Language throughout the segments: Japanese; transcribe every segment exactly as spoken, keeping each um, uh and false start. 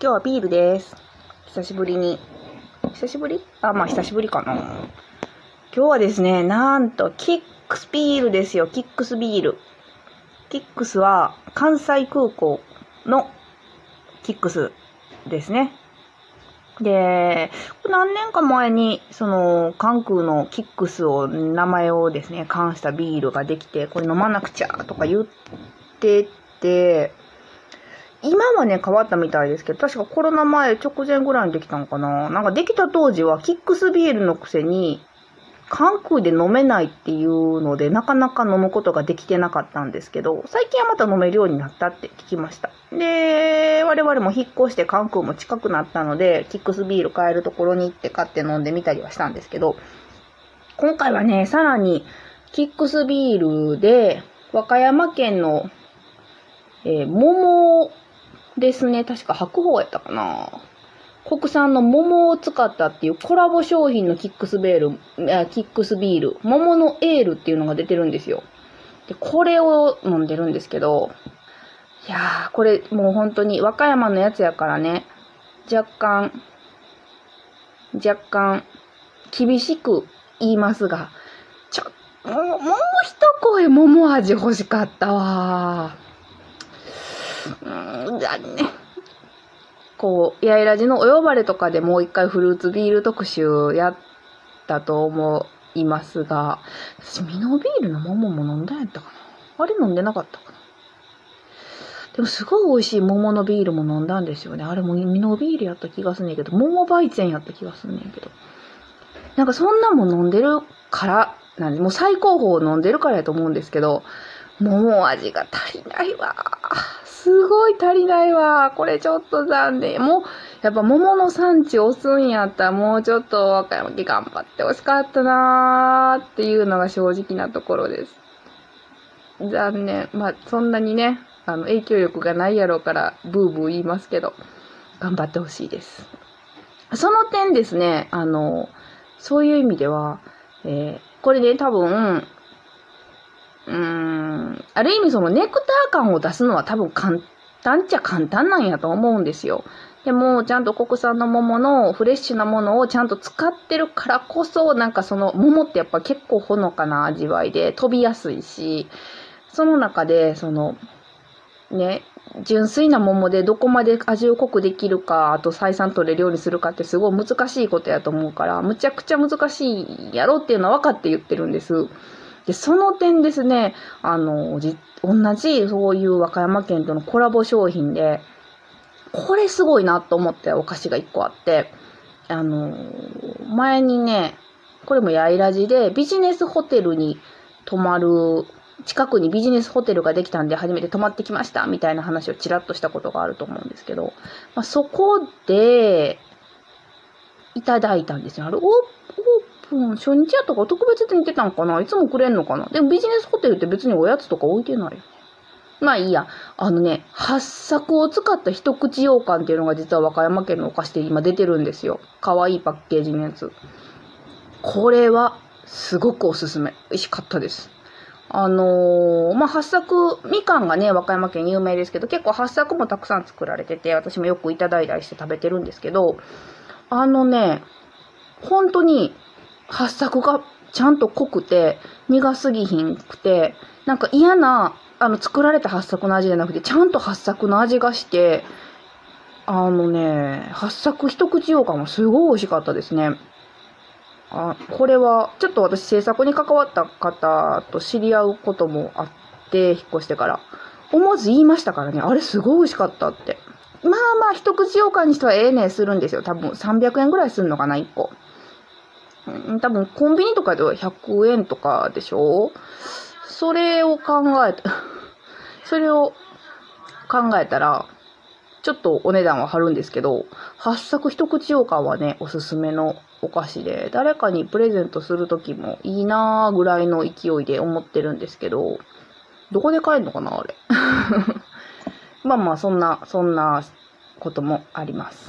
今日はビールです。久しぶりに。久しぶりあ、まあ久しぶりかな。今日はですね、なんと、キックスビールですよ。キックスビール。キックスは関西空港のキックスですね。で、何年か前に、その、関空のキックスを、名前をですね、冠したビールができて、これ飲まなくちゃとか言ってて、今はね、変わったみたいですけど、確かコロナ前直前ぐらいにできたのかな。なんかできた当時は、キックスビールのくせに、関空で飲めないっていうので、なかなか飲むことができてなかったんですけど、最近はまた飲めるようになったって聞きました。で、我々も引っ越して関空も近くなったので、キックスビール買えるところに行って買って飲んでみたりはしたんですけど、今回はね、さらに、キックスビールで、和歌山県の、えー、桃ですね。確か白鳳やったかな。国産の桃を使ったっていうコラボ商品のキックスベール、キックスビール、桃のエールっていうのが出てるんですよ。で、これを飲んでるんですけど、いやー、これもう本当に和歌山のやつやからね、若干、若干、厳しく言いますが、ちょ、もう、もう一声桃味欲しかったわー。うーん、残念。こう、やいらじのお呼ばれとかでもう一回フルーツビール特集やったと思いますが、私、ミノビールの桃も飲んだんやったかな。あれ飲んでなかったかな。でもすごい美味しい桃のビールも飲んだんですよね。あれもミノビールやった気がすんねんけど、桃バイゼンやった気がすんねんけど。なんかそんなもん飲んでるから、なんで、もう最高峰を飲んでるからやと思うんですけど、桃味が足りないわ。すごい足りないわ。これちょっと残念。もう、やっぱ桃の産地押すんやったらもうちょっと和歌山県頑張ってほしかったなーっていうのが正直なところです。残念。まあ、そんなにね、あの、影響力がないやろうから、ブーブー言いますけど、頑張ってほしいです。その点ですね、あの、そういう意味では、えー、これね、多分、うーん、ある意味そのネクター感を出すのは多分簡単っちゃ簡単なんやと思うんですよ。でも、ちゃんと国産の桃のフレッシュなものをちゃんと使ってるからこそ、なんかその桃ってやっぱ結構ほのかな味わいで飛びやすいし、その中で、その、ね、純粋な桃でどこまで味を濃くできるか、あと採算取れるようにするかってすごい難しいことやと思うから、むちゃくちゃ難しいやろっていうのは分かって言ってるんです。で、その点ですね、あの、じ、同じそういう和歌山県とのコラボ商品で、これすごいなと思ってお菓子が一個あって、あの、前にね、これもやいらじでビジネスホテルに泊まる、近くにビジネスホテルができたんで初めて泊まってきましたみたいな話をちらっとしたことがあると思うんですけど、まあ、そこでいただいたんですよ。あれ、オープン初日やったか特別に出たんかないつもくれんのかな。でもビジネスホテルって別におやつとか置いてないよね。まあいいや。あのね、八朔を使った一口羊羹っていうのが実は和歌山県のお菓子で今出てるんですよ。かわいいパッケージのやつ。これはすごくおすすめ。美味しかったです。あのー、まあ、八朔、みかんがね、和歌山県有名ですけど、結構八朔もたくさん作られてて、私もよくいただいたりして食べてるんですけど、あのね、本当に、八朔がちゃんと濃くて、苦すぎひんくて、なんか嫌な、あの、作られた八朔の味じゃなくて、ちゃんと八朔の味がして、あのね、八朔一口羊羹もすごい美味しかったですね。あ、これは、ちょっと私制作に関わった方と知り合うこともあって、引っ越してから。思わず言いましたからね、あれすごい美味しかったって。まあまあ、一口羊羹にしてはええねするんですよ。多分さんびゃくえんぐらいするのかな、いっこ。多分コンビニとかではひゃくえんとかでしょ。それを考えた、それを考えたら、ちょっとお値段は張るんですけど、八朔一口羊羹はね、おすすめのお菓子で、誰かにプレゼントするときもいいなーぐらいの勢いで思ってるんですけど、どこで買えるのかな、あれ。まあまあ、そんな、そんなこともあります。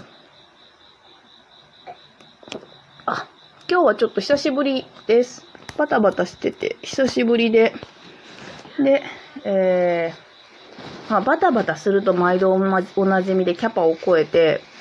あ、今日はちょっと久しぶりです。バタバタしてて、久しぶりで。で、えー、まあ、バタバタすると毎度おなじみでキャパを超えて、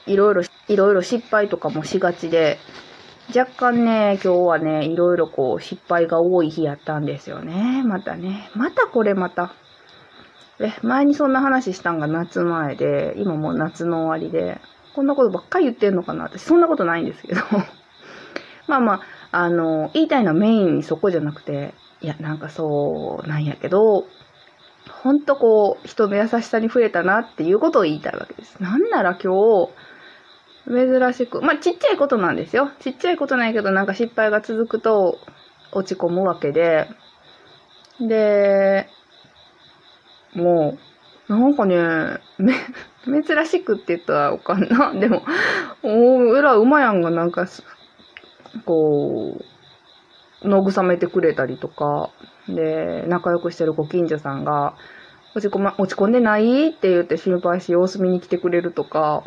いろいろ、いろいろ失敗とかもしがちで、若干ね、今日はね、いろいろこう失敗が多い日やったんですよね。またね。またこれまた。え、前にそんな話したんが夏前で、今もう夏の終わりで、こんなことばっかり言ってんのかな。私そんなことないんですけど。まあまあ、あの、言いたいのはメインにそこじゃなくて、いや、なんかそうなんやけど、ほんとこう、人の優しさに触れたなっていうことを言いたいわけです。なんなら今日、珍しく、まあちっちゃいことなんですよ。ちっちゃいことないけど、なんか失敗が続くと落ち込むわけで、で、もう、なんかね、め、珍しくって言ったらおかんな。でも、おえらい馬やんがなんか、こう、慰めてくれたりとか、で、仲良くしてるご近所さんが、落ち込ま、落ち込んでないって言って心配して様子見に来てくれるとか、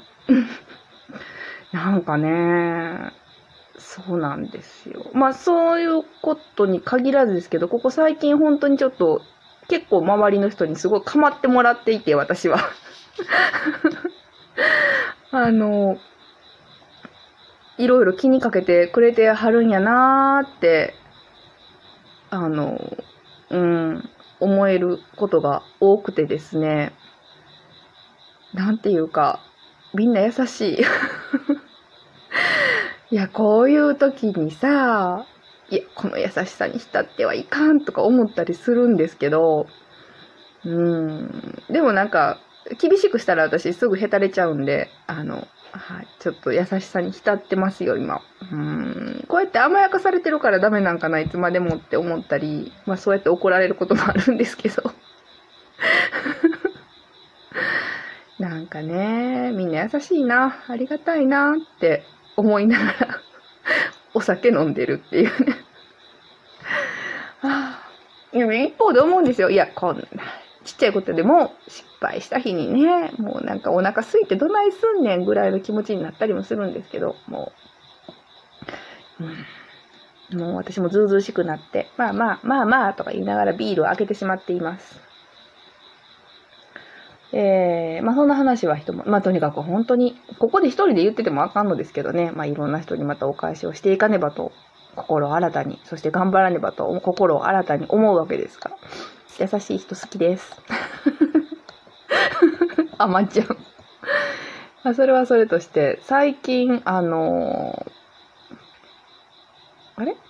なんかね、そうなんですよ。まあそういうことに限らずですけど、ここ最近本当にちょっと結構周りの人にすごい構ってもらっていて、私は。あの、いろいろ気にかけてくれてはるんやなーって、あの、うん、思えることが多くてですね、なんていうか、みんな優しい。いや、こういう時にさ、いや、この優しさに浸ってはいかんとか思ったりするんですけど、うーん、でもなんか、厳しくしたら私すぐへたれちゃうんで、あの、はい、ちょっと優しさに浸ってますよ、今。うーん、こうやって甘やかされてるからダメなんかな、いつまでもって思ったり、まあそうやって怒られることもあるんですけど。なんかね、みんな優しいな、ありがたいなって思いながらお酒飲んでるっていうね。はあ、一方で思うんですよ。いや、こんなちっちゃいことでも失敗した日にね、もうなんかお腹空いてどないすんねんぐらいの気持ちになったりもするんですけど、もう、うん、もう私もずうずうしくなって、まあまあまあまあとか言いながらビールを開けてしまっています。えー、まあそんな話は人も、まあとにかく本当に、ここで一人で言っててもあかんのですけどね、まあいろんな人にまたお返しをしていかねばと、心を新たに、そして頑張らねばと、心を新たに思うわけですから。優しい人好きです。あまっちゃん。まあそれはそれとして、最近、あのー、あれ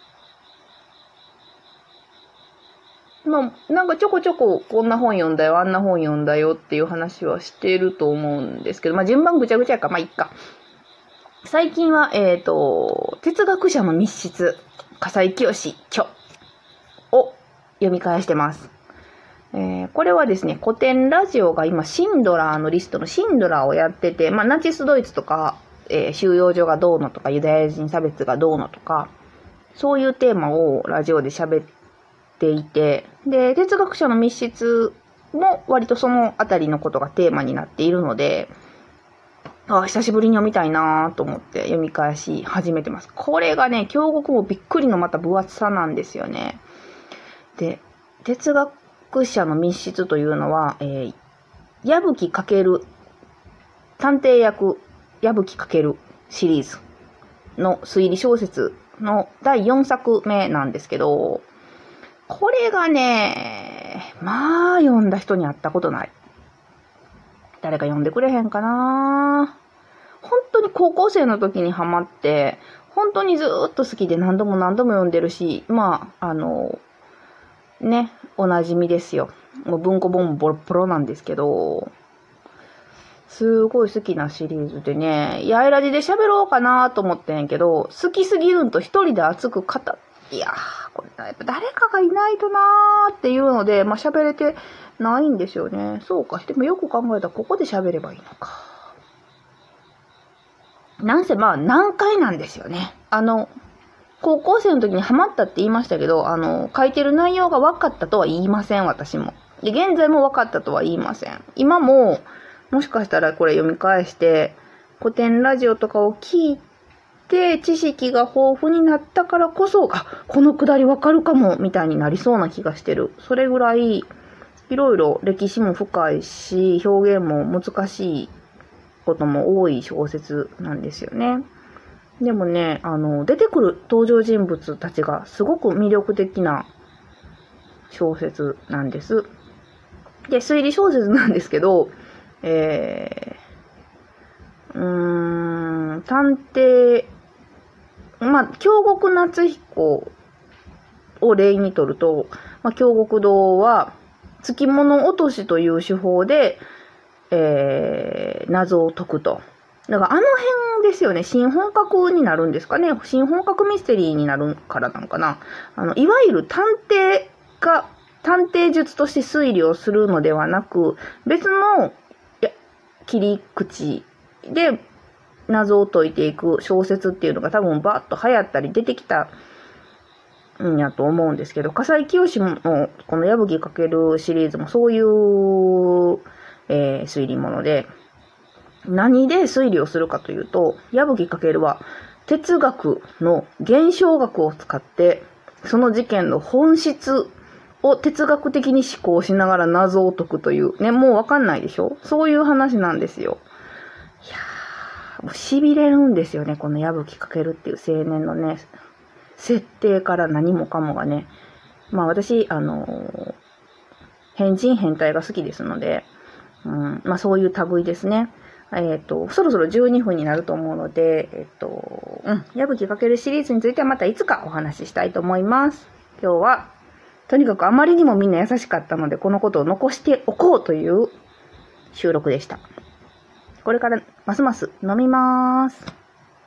まあ、なんかちょこちょここんな本読んだよ、あんな本読んだよっていう話はしてると思うんですけど、まあ順番ぐちゃぐちゃやから、まあいっか。最近は、えっと、哲学者の密室、笠井清著を読み返してます。えー、これはですね、古典ラジオが今、シンドラーのリストのシンドラーをやってて、まあナチスドイツとか、えー、収容所がどうのとか、ユダヤ人差別がどうのとか、そういうテーマをラジオで喋っていて、で、哲学者の密室も割とそのあたりのことがテーマになっているので、あ、久しぶりに読みたいなと思って読み返し始めてます。これがね、京極もびっくりのまた分厚さなんですよね。で、哲学者の密室というのは、えー、矢吹×探偵役矢吹×シリーズの推理小説のだいよんさくめなんですけど、これがね、まあ読んだ人に会ったことない。誰か読んでくれへんかな。本当に高校生の時にハマって、本当にずーっと好きで何度も何度も読んでるし、まあ、あの、ね、おなじみですよ。もう文庫本もボロボロなんですけど、すごい好きなシリーズでね、やいらじで喋ろうかなと思ってんけど、好きすぎるんと一人で熱く語っいやー、これやっぱ誰かがいないとなーっていうので、まあ喋れてないんですよね。そうか。でもよく考えたらここで喋ればいいのか。なんせまあ難解なんですよね。あの、高校生の時にハマったって言いましたけど、あの、書いてる内容が分かったとは言いません、私も。で、現在も分かったとは言いません。今も、もしかしたらこれ読み返して、古典ラジオとかを聞いて、知識が豊富になったからこそ、あ、このくだり分かるかも、みたいになりそうな気がしてる。それぐらい、いろいろ歴史も深いし、表現も難しいことも多い小説なんですよね。でもね、あの、出てくる登場人物たちがすごく魅力的な小説なんです。で、推理小説なんですけど、えー、うーん、探偵、まあ、京極夏彦を例にとると、まあ、京極堂は、つきもの落としという手法で、えー、謎を解くと。だからあの辺ですよね。新本格になるんですかね。新本格ミステリーになるからなんかな。あの、いわゆる探偵が、探偵術として推理をするのではなく、別の切り口で謎を解いていく小説っていうのが多分バーッと流行ったり出てきたんやと思うんですけど、笠井清のこの矢吹×シリーズもそういう、えー、推理物で、何で推理をするかというと、矢吹×は哲学の現象学を使って、その事件の本質を哲学的に思考しながら謎を解くという、ね、もうわかんないでしょ？そういう話なんですよ。いやー、もう痺れるんですよね、この矢吹×っていう青年のね、設定から何もかもがね。まあ私、あのー、変人変態が好きですので、うん、まあそういう類ですね。えっと、そろそろじゅうにふんになると思うので、えっと、うん、矢吹×シリーズについてはまたいつかお話ししたいと思います。今日は、とにかくあまりにもみんな優しかったので、このことを残しておこうという収録でした。これからますます飲みます。